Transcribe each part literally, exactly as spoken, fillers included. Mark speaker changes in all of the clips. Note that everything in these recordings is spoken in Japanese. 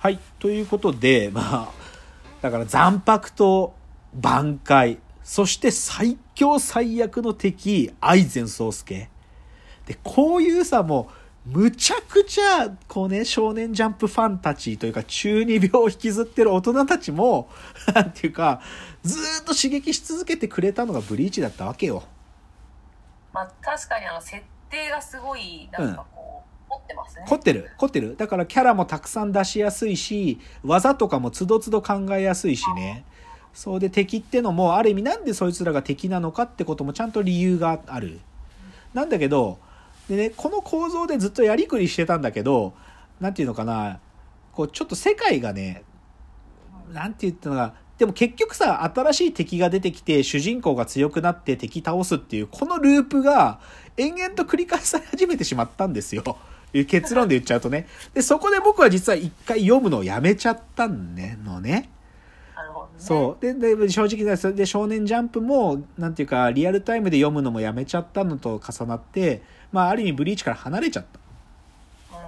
Speaker 1: はい。ということで、まあ、だから残白と挽回、そして最強最悪の敵、愛禅宗介。で、こういうさ、もう、むちゃくちゃ、こうね、少年ジャンプファンたちというか、中二病を引きずってる大人たちも、なんていうか、ずーっと刺激し続けてくれたのがブリーチだったわけよ。
Speaker 2: まあ、確かにあの、設定がすごい、なんかこう、凝ってますね。
Speaker 1: 凝ってる、凝ってる。だからキャラもたくさん出しやすいし、技とかもつどつど考えやすいしね。そうで、敵ってのも、ある意味なんでそいつらが敵なのかってこともちゃんと理由がある。なんだけど、でね、この構造でずっとやりくりしてたんだけど、なんていうのかな、こうちょっと世界がね、なんて言ったのか、でも結局さ、新しい敵が出てきて主人公が強くなって敵倒すっていうこのループが延々と繰り返され始めてしまったんですよ。結論で言っちゃうとね。で、そこで僕は実は一回読むのをやめちゃったんねのね。
Speaker 2: なるほどね。
Speaker 1: そうで、で正直なそれで少年ジャンプもなんていうかリアルタイムで読むのもやめちゃったのと重なって、まあある意味ブリーチから離れちゃった。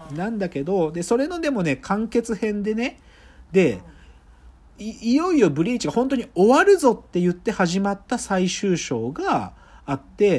Speaker 1: うん、なんだけど、でそれのでもね完結編でね、で。うんい, いよいよブリーチが本当に終わるぞって言って始まった最終章があって、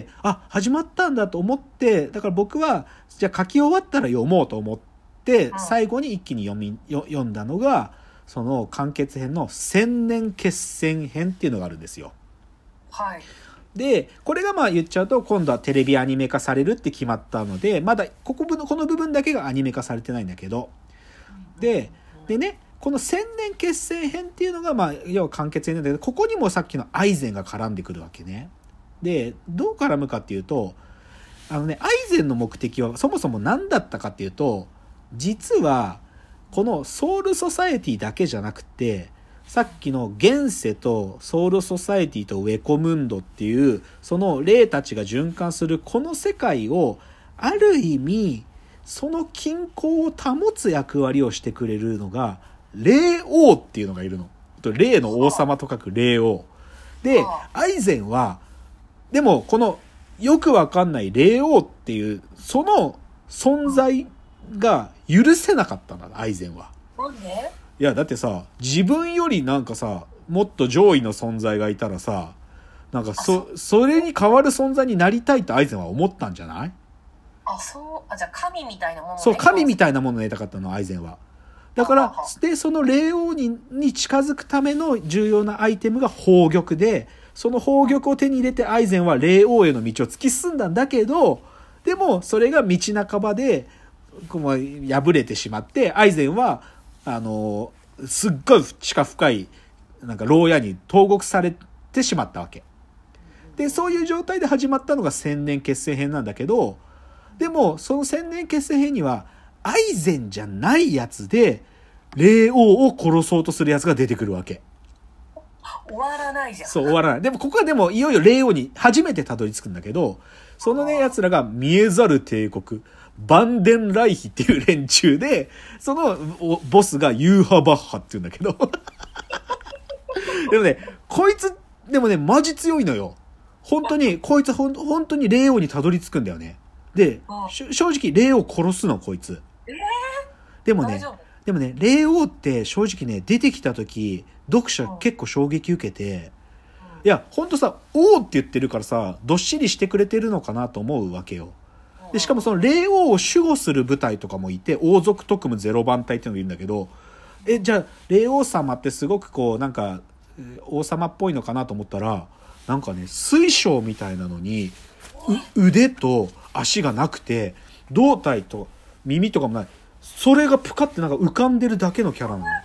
Speaker 1: あ、始まったんだと思って、だから僕はじゃあ書き終わったら読もうと思って最後に一気に読み読んだのがその完結編の千年決戦編っていうのがあるんですよ。
Speaker 2: はい。
Speaker 1: でこれがまあ言っちゃうと今度はテレビアニメ化されるって決まったので、まだこここの部分だけがアニメ化されてないんだけど、ででねこの千年決戦編っていうのがまあ要は完結編なんだけど、ここにもさっきのアイゼンが絡んでくるわけね。でどう絡むかっていうと、あのねアイゼンの目的はそもそも何だったかっていうと、実はこのソウルソサエティだけじゃなくて、さっきの現世とソウルソサエティとウェコムンドっていうその霊たちが循環するこの世界をある意味その均衡を保つ役割をしてくれるのが霊王っていうのがいるの。霊の王様と書く霊王。で、アイゼンは、でもこのよくわかんない霊王っていう、その存在が許せなかったんだ、アイゼンは。
Speaker 2: なんで？
Speaker 1: いや、だってさ、自分よりなんかさ、もっと上位の存在がいたらさ、なんかそ、それに代わる存在になりたいとアイゼンは思ったんじゃない？
Speaker 2: あ、そう、あ、じゃあ神みたいなもの。
Speaker 1: そう、神みたいなものを得たかったの、アイゼンは。だから、で、その霊王に、に近づくための重要なアイテムが宝玉で、その宝玉を手に入れてアイゼンは霊王への道を突き進んだんだけど、でも、それが道半ばで、破れてしまって、アイゼンは、あの、すっごい地下深い、なんか牢屋に投獄されてしまったわけ。で、そういう状態で始まったのが千年決戦編なんだけど、でも、その千年決戦編には、アイゼンじゃないやつで霊王を殺そうとするやつが出てくるわけ。
Speaker 2: 終わらないじゃん。
Speaker 1: そう終わらない。でもここはでもいよいよ霊王に初めてたどり着くんだけど、そのねやつらが見えざる帝国バンデンライヒっていう連中で、そのボスがユーハバッハっていうんだけどでもねこいつでもねマジ強いのよ。本当にこいつほん本当に霊王にたどり着くんだよね。で正直霊王殺すのこいつ。
Speaker 2: えー、
Speaker 1: でもね、でもね、霊王って正直ね、出てきた時、読者結構衝撃受けて、うん、いや、ほんとさ、王って言ってるからさ、どっしりしてくれてるのかなと思うわけよ。で、しかもその霊王を守護する部隊とかもいて、王族特務ゼロ番隊っていうのがいるんだけど、え、じゃあ、霊王様ってすごくこう、なんか、王様っぽいのかなと思ったら、なんかね、水晶みたいなのに、腕と足がなくて、胴体と、耳とかもない。それがプカってなんか浮かんでるだけのキャラなの。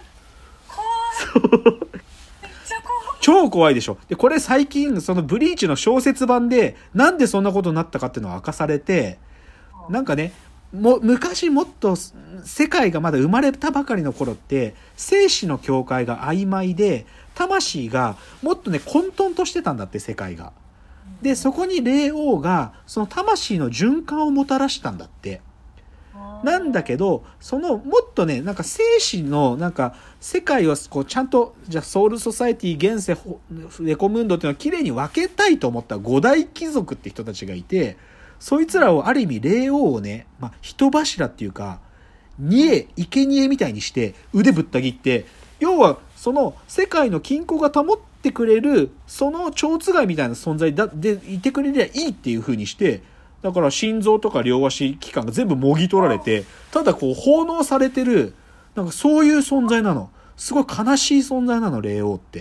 Speaker 1: 超怖いでしょ。で、これ最近、そのブリーチの小説版で、なんでそんなことになったかっていうのが明かされて、なんかね、も、昔もっと世界がまだ生まれたばかりの頃って、生死の境界が曖昧で、魂がもっとね、混沌としてたんだって、世界が。で、そこに霊王が、その魂の循環をもたらしたんだって。なんだけど、そのもっとね、なんか生死のなんか世界をこうちゃんとじゃあソウルソサエティ現世レコムンドっていうのをきれいに分けたいと思った五大貴族って人たちがいて、そいつらをある意味霊王をね、まあ人柱っていうか煮え生贄みたいにして腕ぶった切って、要はその世界の均衡が保ってくれるその蝶番みたいな存在だでいてくれりゃいいっていう風にして、だから心臓とか両足器官が全部もぎ取られて、ただこう奉納されてる、なんかそういう存在なの。すごい悲しい存在なの、霊王って。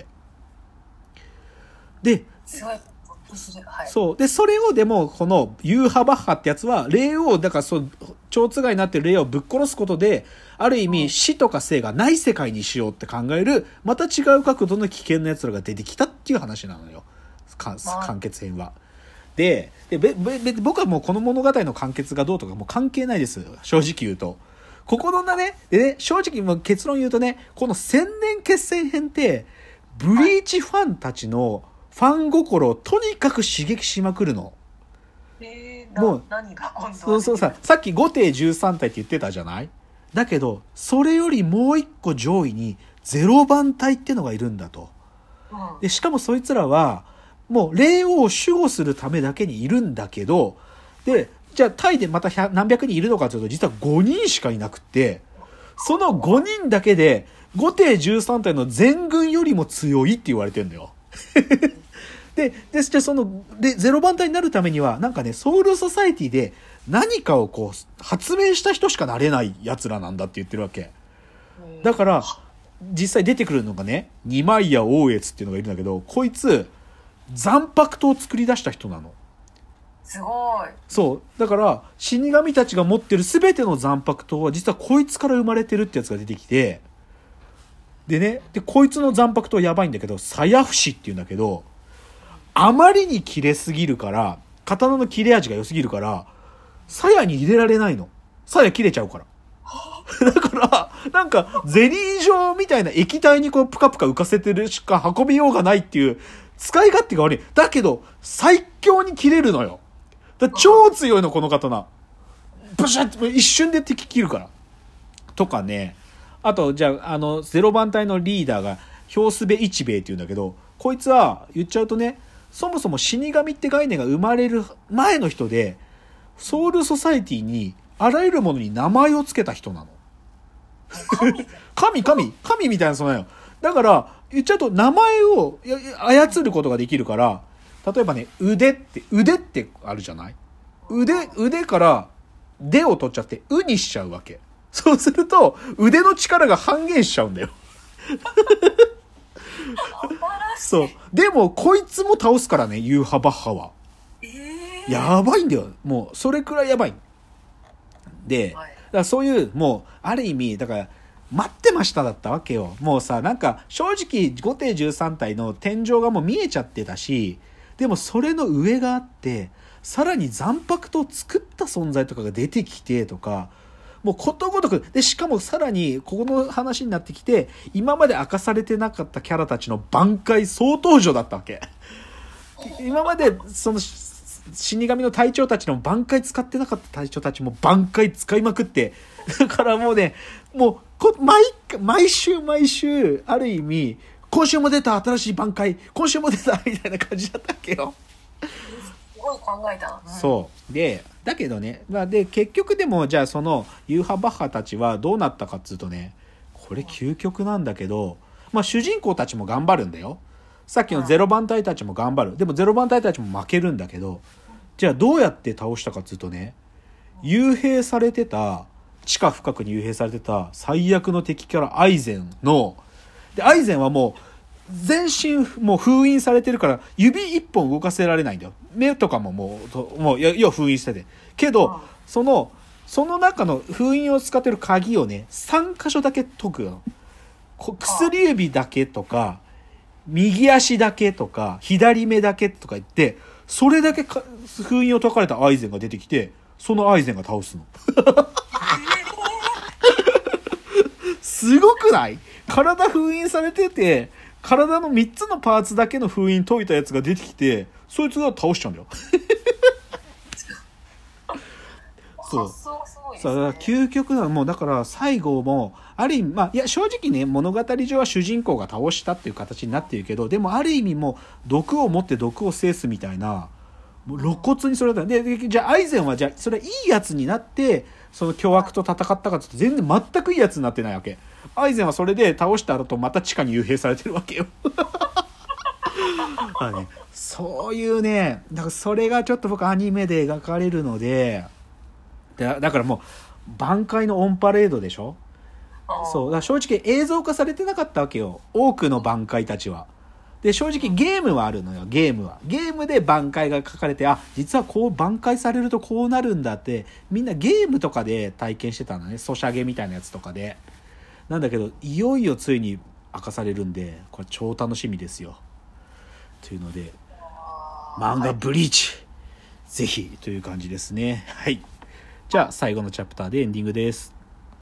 Speaker 1: で、
Speaker 2: すごい、はい、
Speaker 1: そうでそれをでもこのユーハバッハってやつは霊王だから、そう蝶番になってる霊王をぶっ殺すことで、ある意味死とか生がない世界にしようって考える、また違う角度の危険なやつらが出てきたっていう話なのよ、完結編は。ででべべ僕はもうこの物語の完結がどうとかもう関係ないです、正直言うと。ここのね、でね、正直もう結論言うとね、この千年決戦編ってブリーチファンたちのファン心をとにかく刺激しまくるの。
Speaker 2: えー、
Speaker 1: もう
Speaker 2: 何が今度は
Speaker 1: そうそうさ、さっきごていじゅうさんたいって言ってたじゃない。だけどそれよりもう一個上位にゼロばんたいってのがいるんだと。
Speaker 2: うん、
Speaker 1: でしかもそいつらはもう霊王を守護するためだけにいるんだけど、でじゃあタイでまた何百人いるのかというと、実はごにんしかいなくって、そのごにんだけでごていじゅうさんたいの全軍よりも強いって言われてんだよ。で、で、じゃあその、で、ゼロばんたいになるためには、なんかね、ソウルソサエティで何かをこう、発明した人しかなれない奴らなんだって言ってるわけ。だから、実際出てくるのがね、二枚屋大越っていうのがいるんだけど、こいつ、残白刀を作り出した人なの。
Speaker 2: すごい。
Speaker 1: そう。だから、死神たちが持ってる全ての残白刀は、実はこいつから生まれてるってやつが出てきて、でね、で、こいつの残白刀やばいんだけど、鞘節っていうんだけど、あまりに切れすぎるから、刀の切れ味が良すぎるから、鞘に入れられないの。鞘切れちゃうから。だから、なんか、ゼリー状みたいな液体にこう、プカプカ浮かせてるしか運びようがないっていう、使い勝手が悪い。だけど、最強に切れるのよ。だ超強いの、この刀。ブシャッ一瞬で敵切るから。とかね。あと、じゃあ、あの、ゼロばんたいのリーダーが、氷スベ一兵衛って言うんだけど、こいつは、言っちゃうとね、そもそも死神って概念が生まれる前の人で、ソウルソサエティに、あらゆるものに名前を付けた人なの。神、神、神みたいなそのよ。だから、言っちゃうと名前を操ることができるから、例えばね、腕って、腕ってあるじゃない？腕、腕から、でを取っちゃって、うにしちゃうわけ。そうすると、腕の力が半減しちゃうんだよ。そう。でも、こいつも倒すからね、ユーハバッハは。
Speaker 2: えー、
Speaker 1: やばいんだよ。もう、それくらいやばい。で、
Speaker 2: はい、
Speaker 1: だからそういう、もう、ある意味、だから、待ってましただったわけよ。もうさ、なんか、正直、ごていじゅうさんたいの天井がもう見えちゃってたし、でもそれの上があって、さらに残白刀を作った存在とかが出てきてとか、もうことごとく、で、しかもさらに、ここの話になってきて、今まで明かされてなかったキャラたちの挽回総登場だったわけ。今まで、その、死神の隊長たちの挽回使ってなかった隊長たちも挽回使いまくって、だからもうね、もうこ毎、毎週毎週、ある意味、今週も出た新しい挽回、今週も出たみたいな感じだったっけよ。
Speaker 2: すごい考えた。
Speaker 1: うん、そう。で、だけどね、まあ、で、結局でも、じゃあその、ユーハバッハたちはどうなったかっつうとね、これ究極なんだけど、まあ主人公たちも頑張るんだよ。さっきのゼロばんたいたちも頑張る。でもゼロばんたいたちも負けるんだけど、じゃあどうやって倒したかっつうとね、幽閉されてた、地下深くに幽閉されてた最悪の敵キャラアイゼンの、で、アイゼンはもう、全身もう封印されてるから指一本動かせられないんだよ。目とかももう、もう、要は封印してて。けど、その、その中の封印を使ってる鍵をね、さんかしょだけ解くの。薬指だけとか、右足だけとか、左目だけとか言って、それだけか封印を解かれたアイゼンが出てきて、そのアイゼンが倒すの。すごくない？体封印されてて、体のみっつのパーツだけの封印解いたやつが出てきて、そいつが倒しちゃうんだよ。そう。そう、だから究極なの、もうだから最後も、ある意味、まあ、いや、正直ね、物語上は主人公が倒したっていう形になっているけど、でもある意味もう、毒を持って毒を制すみたいな、もう露骨にそれだった。で、でじゃあ、アイゼンは、じゃあ、それいいやつになって、 その巨悪と戦ったかって全然全くいいやつになってないわけ。アイゼンはそれで倒した後また地下に幽閉されてるわけよあ、ね、そういうね、だからそれがちょっと僕アニメで描かれるので、だだからもう挽回のオンパレードでしょ。そうだから正直映像化されてなかったわけよ、多くの挽回たちは。で正直ゲームはあるのよ。ゲームはゲームで挽回が書かれて、あ、実はこう挽回されるとこうなるんだってみんなゲームとかで体験してたのね、ソシャゲみたいなやつとかで。なんだけどいよいよついに明かされるんで、これ超楽しみですよというので、漫画ブリーチ、はい、ぜひという感じですね。はい、じゃあ最後のチャプターでエンディングです。